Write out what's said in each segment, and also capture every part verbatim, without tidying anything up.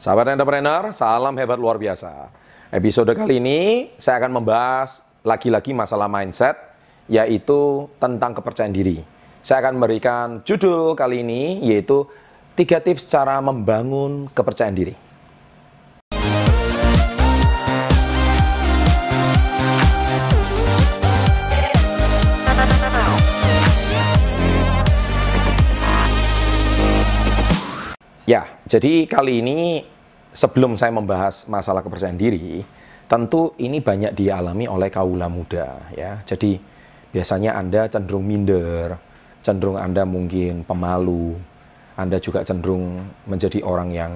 Sahabat entrepreneur, salam hebat luar biasa. Episode kali ini saya akan membahas lagi-lagi masalah mindset, yaitu tentang kepercayaan diri. Saya akan memberikan judul kali ini, yaitu tiga tips cara membangun kepercayaan diri. Ya, jadi kali ini sebelum saya membahas masalah kepercayaan diri, tentu ini banyak dialami oleh kaula muda ya. Jadi biasanya Anda cenderung minder, cenderung Anda mungkin pemalu, Anda juga cenderung menjadi orang yang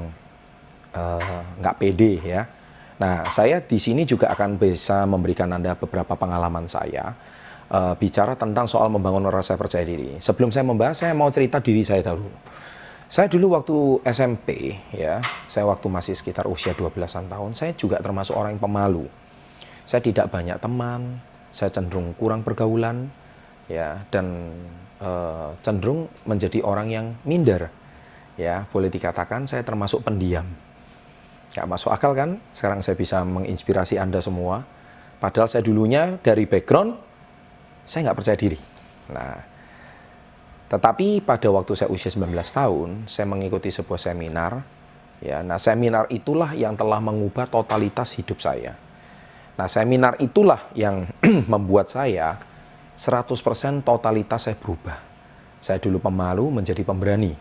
uh, nggak pede ya. Nah, saya di sini juga akan bisa memberikan Anda beberapa pengalaman saya uh, bicara tentang soal membangun rasa percaya diri. Sebelum saya membahas, saya mau cerita diri saya dahulu. Saya dulu waktu S M P, ya, saya waktu masih sekitar usia dua belasan tahun, saya juga termasuk orang yang pemalu. Saya tidak banyak teman, saya cenderung kurang pergaulan, ya, dan e, cenderung menjadi orang yang minder. Ya, boleh dikatakan saya termasuk pendiam. Gak masuk akal kan? Sekarang saya bisa menginspirasi Anda semua. Padahal saya dulunya dari background, saya nggak percaya diri. Nah, tetapi pada waktu saya usia sembilan belas tahun, saya mengikuti sebuah seminar. Ya, nah seminar itulah yang telah mengubah totalitas hidup saya. Nah, seminar itulah yang membuat saya seratus persen totalitas saya berubah. Saya dulu pemalu menjadi pemberani.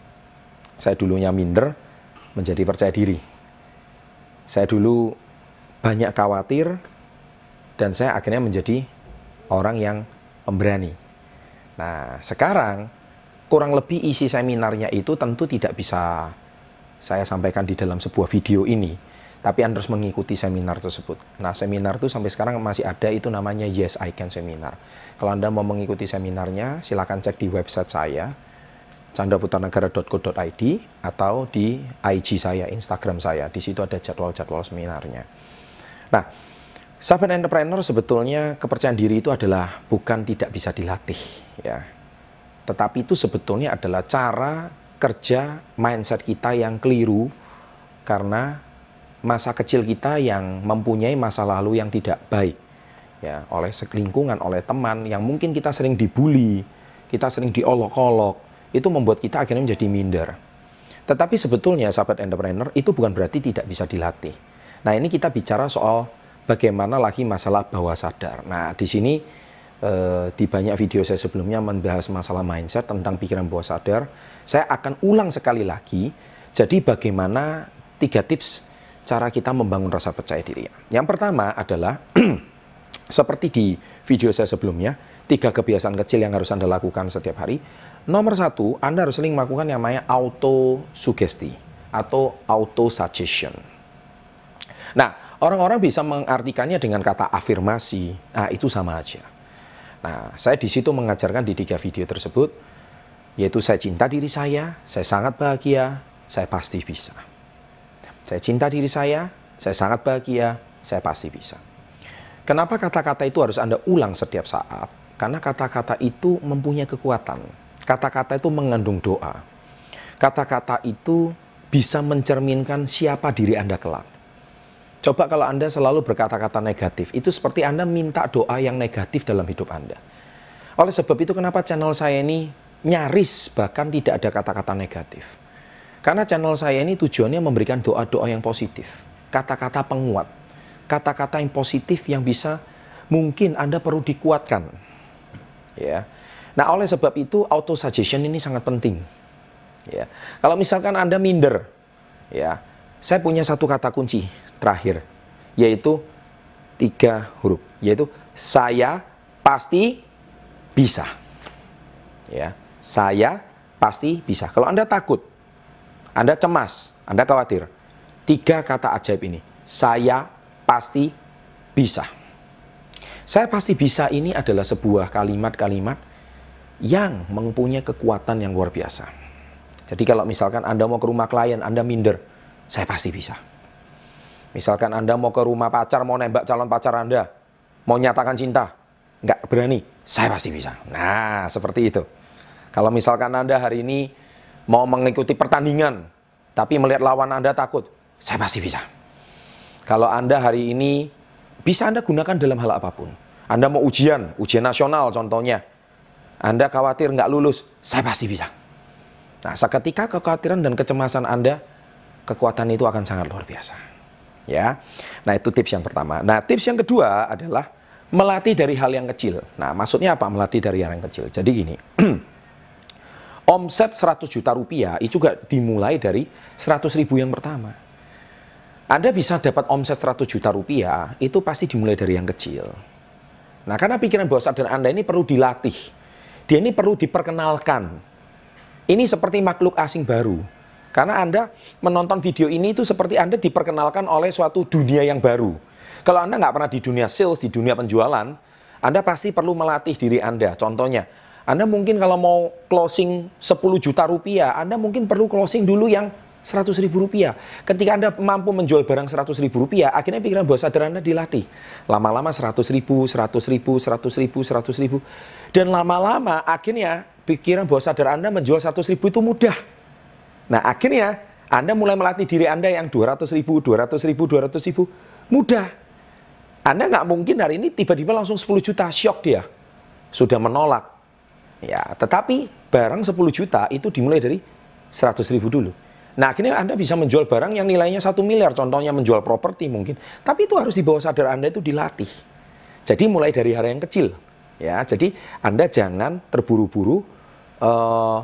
Saya dulunya minder menjadi percaya diri. Saya dulu banyak khawatir dan saya akhirnya menjadi orang yang pemberani. Nah, sekarang kurang lebih isi seminarnya itu tentu tidak bisa saya sampaikan di dalam sebuah video ini, tapi Anda harus mengikuti seminar tersebut. Nah, seminar itu sampai sekarang masih ada, itu namanya Yes I Can Seminar. Kalau Anda mau mengikuti seminarnya, silakan cek di website saya, candaputranegara dot co dot i d, atau di I G saya, Instagram saya. Di situ ada jadwal-jadwal seminarnya. Nah, sahabat entrepreneur, sebetulnya kepercayaan diri itu adalah bukan tidak bisa dilatih, ya. Tetapi itu sebetulnya adalah cara kerja mindset kita yang keliru karena masa kecil kita yang mempunyai masa lalu yang tidak baik, ya, oleh lingkungan, oleh teman yang mungkin kita sering dibully, kita sering diolok-olok, itu membuat kita akhirnya menjadi minder. Tetapi sebetulnya sahabat entrepreneur itu bukan berarti tidak bisa dilatih. Nah, ini kita bicara soal bagaimana lagi masalah bawah sadar. Nah, di sini eh, di banyak video saya sebelumnya membahas masalah mindset tentang pikiran bawah sadar. Saya akan ulang sekali lagi. Jadi bagaimana tiga tips cara kita membangun rasa percaya diri. Yang pertama adalah seperti di video saya sebelumnya, tiga kebiasaan kecil yang harus Anda lakukan setiap hari. Nomor satu, Anda harus sering melakukan yang namanya auto sugesti atau auto suggestion. Nah, orang-orang bisa mengartikannya dengan kata afirmasi. Nah, itu sama aja. Nah, saya di situ mengajarkan di tiga video tersebut, yaitu saya cinta diri saya, saya sangat bahagia, saya pasti bisa. Saya cinta diri saya, saya sangat bahagia, saya pasti bisa. Kenapa kata-kata itu harus Anda ulang setiap saat? Karena kata-kata itu mempunyai kekuatan. Kata-kata itu mengandung doa. Kata-kata itu bisa mencerminkan siapa diri Anda kelak. Coba kalau Anda selalu berkata-kata negatif, itu seperti Anda minta doa yang negatif dalam hidup Anda. Oleh sebab itu kenapa channel saya ini nyaris bahkan tidak ada kata-kata negatif. Karena channel saya ini tujuannya memberikan doa-doa yang positif. Kata-kata penguat. Kata-kata yang positif yang bisa mungkin Anda perlu dikuatkan. Ya. Nah, oleh sebab itu auto suggestion ini sangat penting. Ya. Kalau misalkan Anda minder, ya, saya punya satu kata kunci terakhir, yaitu tiga huruf, yaitu saya pasti bisa. Ya, saya pasti bisa. Kalau Anda takut, Anda cemas, Anda khawatir, tiga kata ajaib ini, saya pasti bisa. Saya pasti bisa ini adalah sebuah kalimat-kalimat yang mempunyai kekuatan yang luar biasa. Jadi kalau misalkan Anda mau ke rumah klien, Anda minder, saya pasti bisa. Misalkan Anda mau ke rumah pacar, mau nembak calon pacar Anda, mau nyatakan cinta, nggak berani, saya pasti bisa. Nah, seperti itu. Kalau misalkan Anda hari ini mau mengikuti pertandingan, tapi melihat lawan Anda takut, saya pasti bisa. Kalau Anda hari ini bisa Anda gunakan dalam hal apapun. Anda mau ujian, ujian nasional contohnya. Anda khawatir nggak lulus, saya pasti bisa. Nah, seketika kekhawatiran dan kecemasan Anda, kekuatan itu akan sangat luar biasa. Ya, nah itu tips yang pertama. Nah, tips yang kedua adalah melatih dari hal yang kecil. Nah, maksudnya apa melatih dari hal yang kecil? Jadi gini, omset seratus juta rupiah itu juga dimulai dari seratus ribu yang pertama. Anda bisa dapat omset seratus juta rupiah, itu pasti dimulai dari yang kecil. Nah, karena pikiran bawah sadar Anda ini perlu dilatih. Dia ini perlu diperkenalkan. Ini seperti makhluk asing baru. Karena Anda menonton video ini itu seperti Anda diperkenalkan oleh suatu dunia yang baru. Kalau Anda nggak pernah di dunia sales, di dunia penjualan, Anda pasti perlu melatih diri Anda. Contohnya, Anda mungkin kalau mau closing sepuluh juta rupiah, Anda mungkin perlu closing dulu yang seratus ribu rupiah. Ketika Anda mampu menjual barang seratus ribu rupiah, akhirnya pikiran bawah sadar Anda dilatih. Lama-lama seratus ribu, seratus ribu, seratus ribu, seratus ribu. Dan lama-lama akhirnya pikiran bawah sadar Anda menjual seratus ribu itu mudah. Nah, akhirnya Anda mulai melatih diri Anda yang dua ratus ribu, dua ratus ribu, dua ratus ribu. Mudah. Anda nggak mungkin hari ini tiba-tiba langsung sepuluh juta, syok dia. Sudah menolak. Ya, tetapi barang sepuluh juta itu dimulai dari seratus ribu dulu. Nah, akhirnya Anda bisa menjual barang yang nilainya satu miliar. Contohnya menjual properti mungkin. Tapi itu harus di bawah sadar Anda itu dilatih. Jadi mulai dari hal yang kecil. Ya, jadi Anda jangan terburu-buru uh,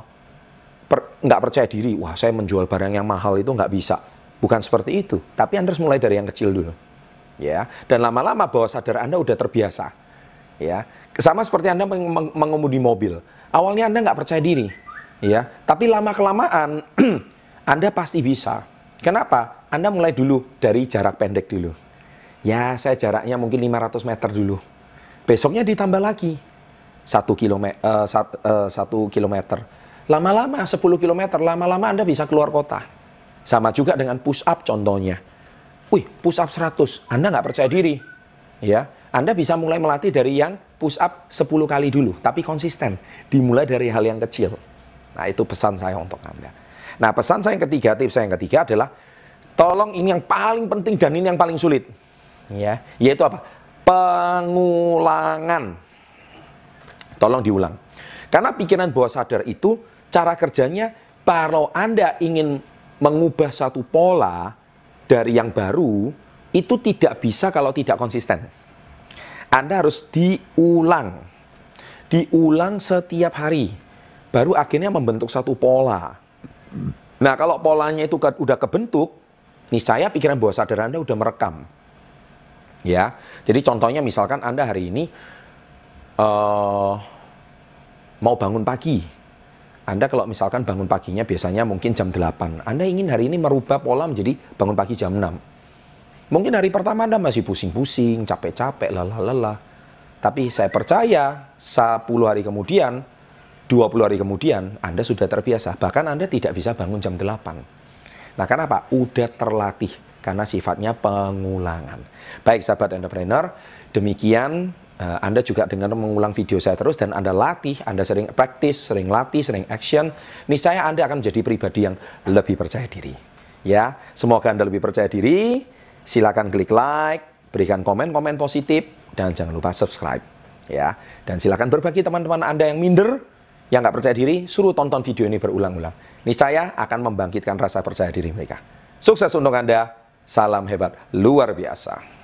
per, nggak percaya diri. Wah, saya menjual barang yang mahal itu nggak bisa. Bukan seperti itu. Tapi Anda harus mulai dari yang kecil dulu. Ya, dan lama-lama bawah sadar Anda udah terbiasa. Ya, sama seperti Anda meng meng mengemudi mobil. Awalnya Anda nggak percaya diri. Ya, tapi lama kelamaan Anda pasti bisa. Kenapa? Anda mulai dulu dari jarak pendek dulu. Ya, saya jaraknya mungkin lima ratus meter dulu. Besoknya ditambah lagi satu kilometer, uh, sat, uh, satu kilometer. Lama-lama sepuluh kilometer, lama-lama Anda bisa keluar kota. Sama juga dengan push up contohnya. Wih, push up seratus, Anda nggak percaya diri. Ya, Anda bisa mulai melatih dari yang push up sepuluh kali dulu, tapi konsisten. Dimulai dari hal yang kecil. Nah, itu pesan saya untuk Anda. Nah, pesan saya yang ketiga, tips saya yang ketiga adalah tolong ini yang paling penting dan ini yang paling sulit. Ya, yaitu apa? Pengulangan. Tolong diulang. Karena pikiran bawah sadar itu cara kerjanya kalau Anda ingin mengubah satu pola dari yang baru itu tidak bisa kalau tidak konsisten. Anda harus diulang. Diulang setiap hari. Baru akhirnya membentuk satu pola. Nah, kalau polanya itu udah kebentuk, niscaya pikiran bawah sadar Anda udah merekam. Ya, jadi contohnya misalkan Anda hari ini uh, mau bangun pagi. Anda kalau misalkan bangun paginya biasanya mungkin jam delapan. Anda ingin hari ini merubah pola menjadi bangun pagi jam enam. Mungkin hari pertama Anda masih pusing-pusing, capek-capek, lelah-lelah. Tapi saya percaya sepuluh hari kemudian, dua puluh hari kemudian, Anda sudah terbiasa. Bahkan Anda tidak bisa bangun jam delapan. Nah, kenapa? Udah terlatih. Karena sifatnya pengulangan. Baik sahabat entrepreneur, demikian uh, Anda juga dengan mengulang video saya terus dan Anda latih, Anda sering practice, sering latih, sering action, niscaya Anda akan menjadi pribadi yang lebih percaya diri. Ya, semoga Anda lebih percaya diri. Silakan klik like, berikan komen-komen positif dan jangan lupa subscribe. Ya, dan silakan berbagi teman-teman Anda yang minder, yang nggak percaya diri, suruh tonton video ini berulang-ulang. Niscaya akan membangkitkan rasa percaya diri mereka. Sukses untuk Anda. Salam hebat luar biasa.